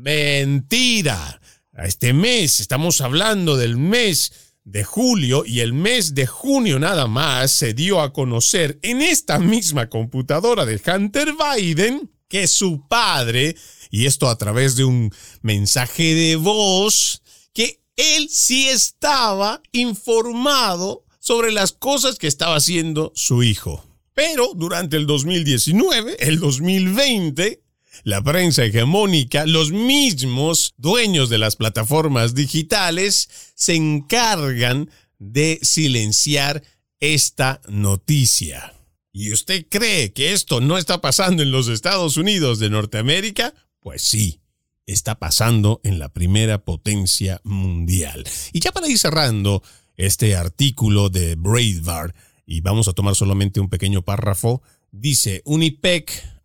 ¡Mentira! Este mes, estamos hablando del mes de julio, y el mes de junio nada más se dio a conocer en esta misma computadora de Hunter Biden que su padre, y esto a través de un mensaje de voz, que él sí estaba informado sobre las cosas que estaba haciendo su hijo. Pero durante el dos mil diecinueve, el dos mil veinte, la prensa hegemónica, los mismos dueños de las plataformas digitales, se encargan de silenciar esta noticia. ¿Y usted cree que esto no está pasando en los Estados Unidos de Norteamérica? Pues sí, está pasando en la primera potencia mundial. Y ya para ir cerrando este artículo de Breitbart, y vamos a tomar solamente un pequeño párrafo, dice: Unipec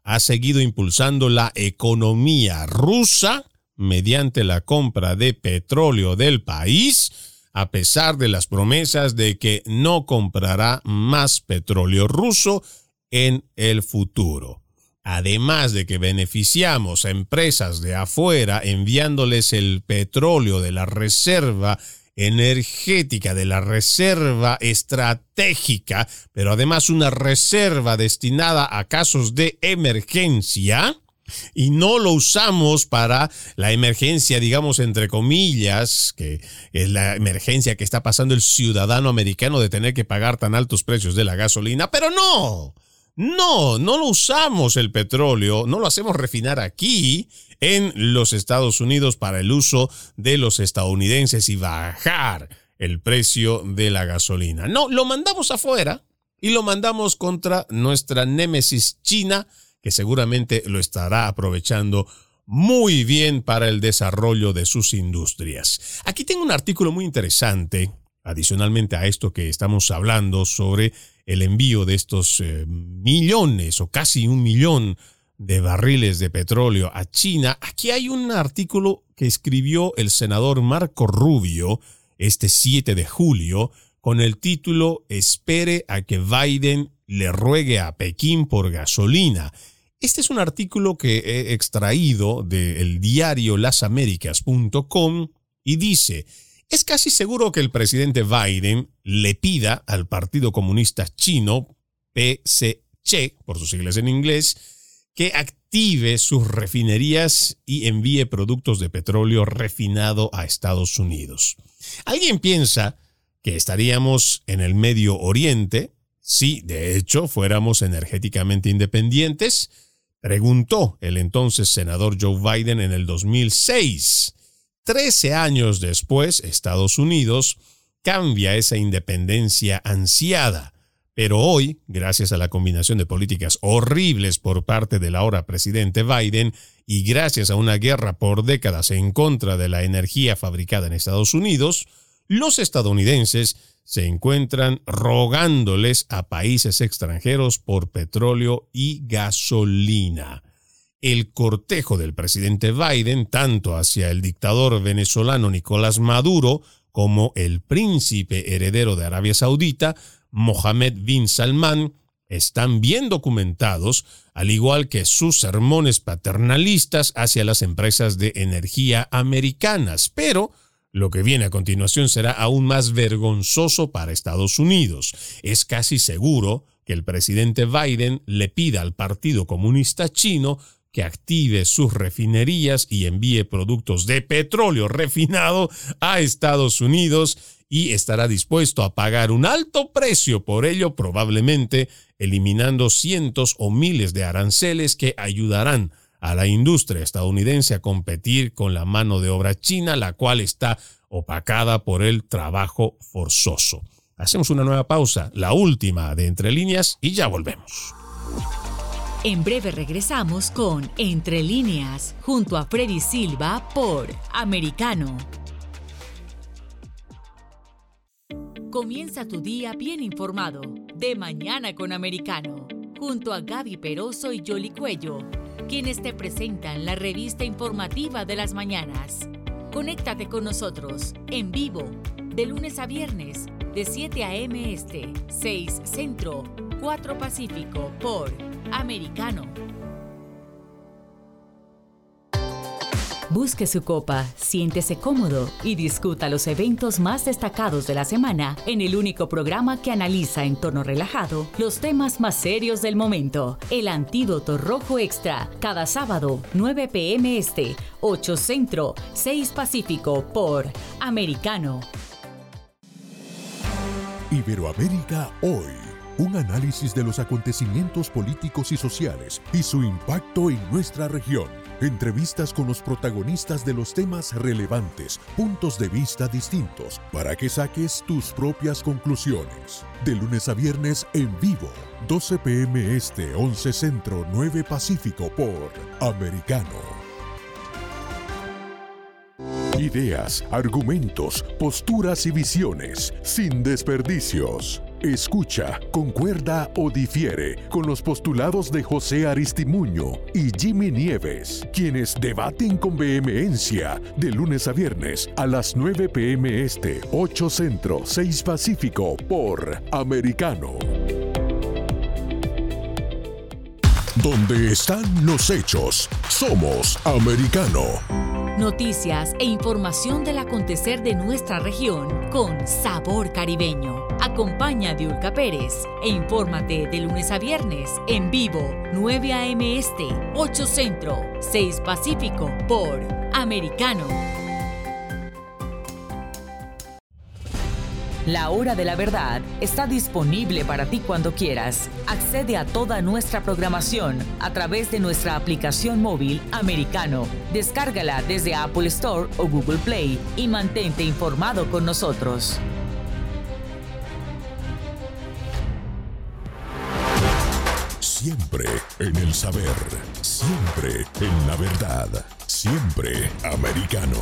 ha seguido impulsando la economía rusa mediante la compra de petróleo del país, a pesar de las promesas de que no comprará más petróleo ruso en el futuro. Además de que beneficiamos a empresas de afuera enviándoles el petróleo de la reserva energética, de la reserva estratégica, pero además una reserva destinada a casos de emergencia, y no lo usamos para la emergencia, digamos, entre comillas, que es la emergencia que está pasando el ciudadano americano de tener que pagar tan altos precios de la gasolina, pero no. No, no lo usamos el petróleo, no lo hacemos refinar aquí en los Estados Unidos para el uso de los estadounidenses y bajar el precio de la gasolina. No, lo mandamos afuera y lo mandamos contra nuestra némesis China, que seguramente lo estará aprovechando muy bien para el desarrollo de sus industrias. Aquí tengo un artículo muy interesante, adicionalmente a esto que estamos hablando sobre el envío de estos eh, millones o casi un millón de barriles de petróleo a China. Aquí hay un artículo que escribió el senador Marco Rubio este siete de julio con el título «Espere a que Biden le ruegue a Pekín por gasolina». Este es un artículo que he extraído del diario las américas punto com y dice: es casi seguro que el presidente Biden le pida al Partido Comunista Chino, P C C, por sus siglas en inglés, que active sus refinerías y envíe productos de petróleo refinado a Estados Unidos. ¿Alguien piensa que estaríamos en el Medio Oriente si, de hecho, fuéramos energéticamente independientes?, preguntó el entonces senador Joe Biden en el dos mil seis. Trece años después, Estados Unidos cambia esa independencia ansiada. Pero hoy, gracias a la combinación de políticas horribles por parte del ahora presidente Biden y gracias a una guerra por décadas en contra de la energía fabricada en Estados Unidos, los estadounidenses se encuentran rogándoles a países extranjeros por petróleo y gasolina. El cortejo del presidente Biden, tanto hacia el dictador venezolano Nicolás Maduro como el príncipe heredero de Arabia Saudita, Mohammed bin Salman, están bien documentados, al igual que sus sermones paternalistas hacia las empresas de energía americanas. Pero lo que viene a continuación será aún más vergonzoso para Estados Unidos. Es casi seguro que el presidente Biden le pida al Partido Comunista Chino que active sus refinerías y envíe productos de petróleo refinado a Estados Unidos y estará dispuesto a pagar un alto precio por ello, probablemente eliminando cientos o miles de aranceles que ayudarán a la industria estadounidense a competir con la mano de obra china, la cual está opacada por el trabajo forzoso. Hacemos una nueva pausa, la última de Entre Líneas, y ya volvemos. En breve regresamos con Entre Líneas, junto a Freddy Silva por Americano. Comienza tu día bien informado, de mañana con Americano, junto a Gaby Peroso y Yoli Cuello, quienes te presentan la revista informativa de las mañanas. Conéctate con nosotros en vivo, de lunes a viernes, de siete a.m. Este, seis Centro, cuatro Pacífico, por Americano. Busque su copa, siéntese cómodo y discuta los eventos más destacados de la semana en el único programa que analiza en tono relajado los temas más serios del momento. El Antídoto Rojo Extra, cada sábado, nueve p.m. Este, ocho Centro, seis Pacífico, por Americano. Iberoamérica Hoy. Un análisis de los acontecimientos políticos y sociales y su impacto en nuestra región. Entrevistas con los protagonistas de los temas relevantes, puntos de vista distintos, para que saques tus propias conclusiones. De lunes a viernes en vivo, doce p.m. Este, once Centro, nueve Pacífico, por Americano. Ideas, argumentos, posturas y visiones, sin desperdicios. Escucha, concuerda o difiere con los postulados de José Aristimuño y Jimmy Nieves, quienes debaten con vehemencia de lunes a viernes a las nueve p m este, ocho centro, seis pacífico por Americano. Donde están los hechos, somos Americano. Noticias e información del acontecer de nuestra región con sabor caribeño. Acompaña a Diulca Pérez e infórmate de lunes a viernes en vivo, nueve a m este, ocho centro, seis pacífico por Americano. La Hora de la Verdad está disponible para ti cuando quieras. Accede a toda nuestra programación a través de nuestra aplicación móvil Americano. Descárgala desde Apple Store o Google Play y mantente informado con nosotros. Siempre en el saber, siempre en la verdad, siempre Americano.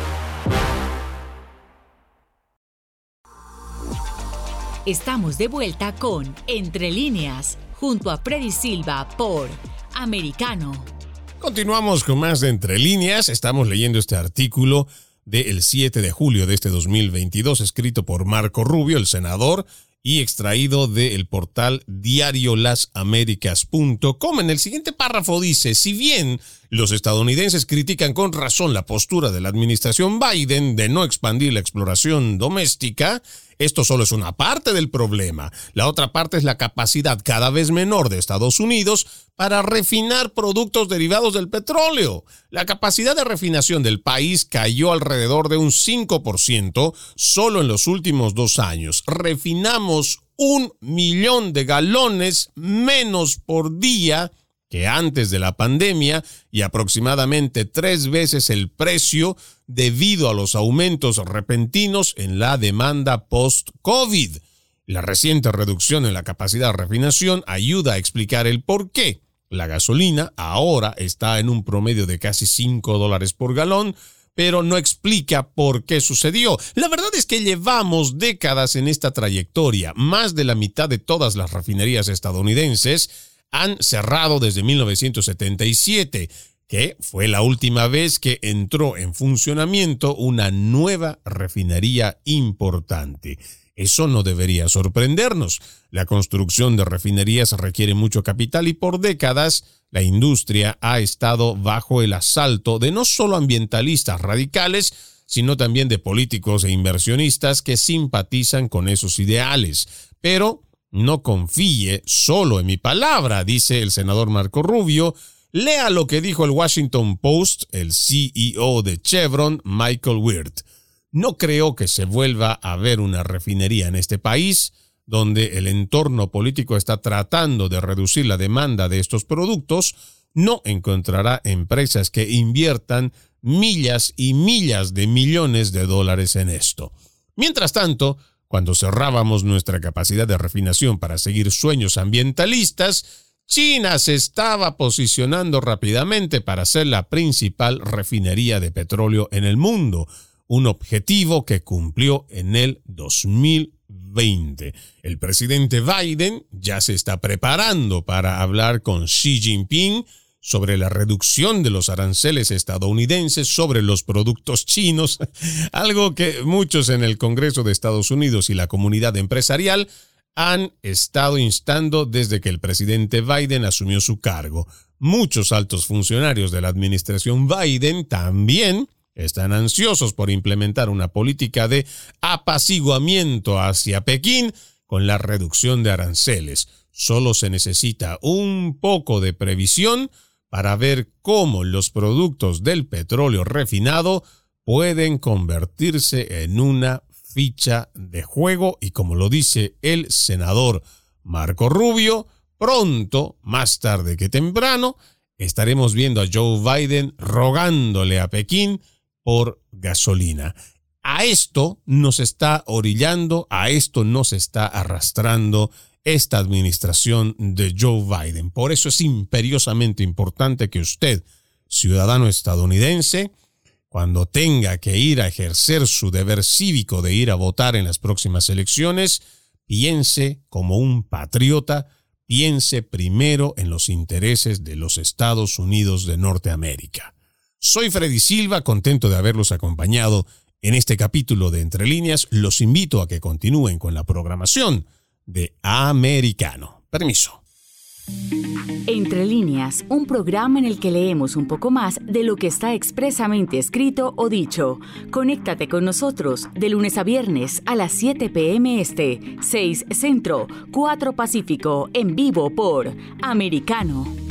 Estamos de vuelta con Entre Líneas, junto a Freddy Silva por Americano. Continuamos con más de Entre Líneas. Estamos leyendo este artículo del siete de julio de este dos mil veintidós, escrito por Marco Rubio, el senador, y extraído del portal diario las américas punto com. En el siguiente párrafo dice: si bien los estadounidenses critican con razón la postura de la administración Biden de no expandir la exploración doméstica, esto solo es una parte del problema. La otra parte es la capacidad cada vez menor de Estados Unidos para refinar productos derivados del petróleo. La capacidad de refinación del país cayó alrededor de un cinco por ciento solo en los últimos dos años. Refinamos un millón de galones menos por día que antes de la pandemia y aproximadamente tres veces el precio debido a los aumentos repentinos en la demanda post-COVID. La reciente reducción en la capacidad de refinación ayuda a explicar el por qué la gasolina ahora está en un promedio de casi cinco dólares por galón, pero no explica por qué sucedió. La verdad es que llevamos décadas en esta trayectoria. Más de la mitad de todas las refinerías estadounidenses han cerrado desde mil novecientos setenta y siete, que fue la última vez que entró en funcionamiento una nueva refinería importante. Eso no debería sorprendernos. La construcción de refinerías requiere mucho capital y por décadas la industria ha estado bajo el asalto de no solo ambientalistas radicales, sino también de políticos e inversionistas que simpatizan con esos ideales. Pero no confíe solo en mi palabra, dice el senador Marco Rubio. Lea lo que dijo el Washington Post, el C E O de Chevron, Michael Wirth. No creo que se vuelva a ver una refinería en este país, donde el entorno político está tratando de reducir la demanda de estos productos. No encontrará empresas que inviertan millas y millas de millones de dólares en esto. Mientras tanto, cuando cerrábamos nuestra capacidad de refinación para seguir sueños ambientalistas, China se estaba posicionando rápidamente para ser la principal refinería de petróleo en el mundo, un objetivo que cumplió en el dos mil veinte. El presidente Biden ya se está preparando para hablar con Xi Jinping sobre la reducción de los aranceles estadounidenses sobre los productos chinos, algo que muchos en el Congreso de Estados Unidos y la comunidad empresarial han estado instando desde que el presidente Biden asumió su cargo. Muchos altos funcionarios de la administración Biden también están ansiosos por implementar una política de apaciguamiento hacia Pekín con la reducción de aranceles. Solo se necesita un poco de previsión para ver cómo los productos del petróleo refinado pueden convertirse en una ficha de juego y, como lo dice el senador Marco Rubio, pronto, más tarde que temprano, estaremos viendo a Joe Biden rogándole a Pekín por gasolina. A esto nos está orillando, a esto nos está arrastrando esta administración de Joe Biden. Por eso es imperiosamente importante que usted, ciudadano estadounidense, cuando tenga que ir a ejercer su deber cívico de ir a votar en las próximas elecciones, piense como un patriota, piense primero en los intereses de los Estados Unidos de Norteamérica. Soy Freddy Silva, contento de haberlos acompañado en este capítulo de Entre Líneas. Los invito a que continúen con la programación de Americano. Permiso. Entre Líneas, un programa en el que leemos un poco más de lo que está expresamente escrito o dicho. Conéctate con nosotros de lunes a viernes a las siete p.m. Este, seis Centro, cuatro Pacífico, en vivo por Americano.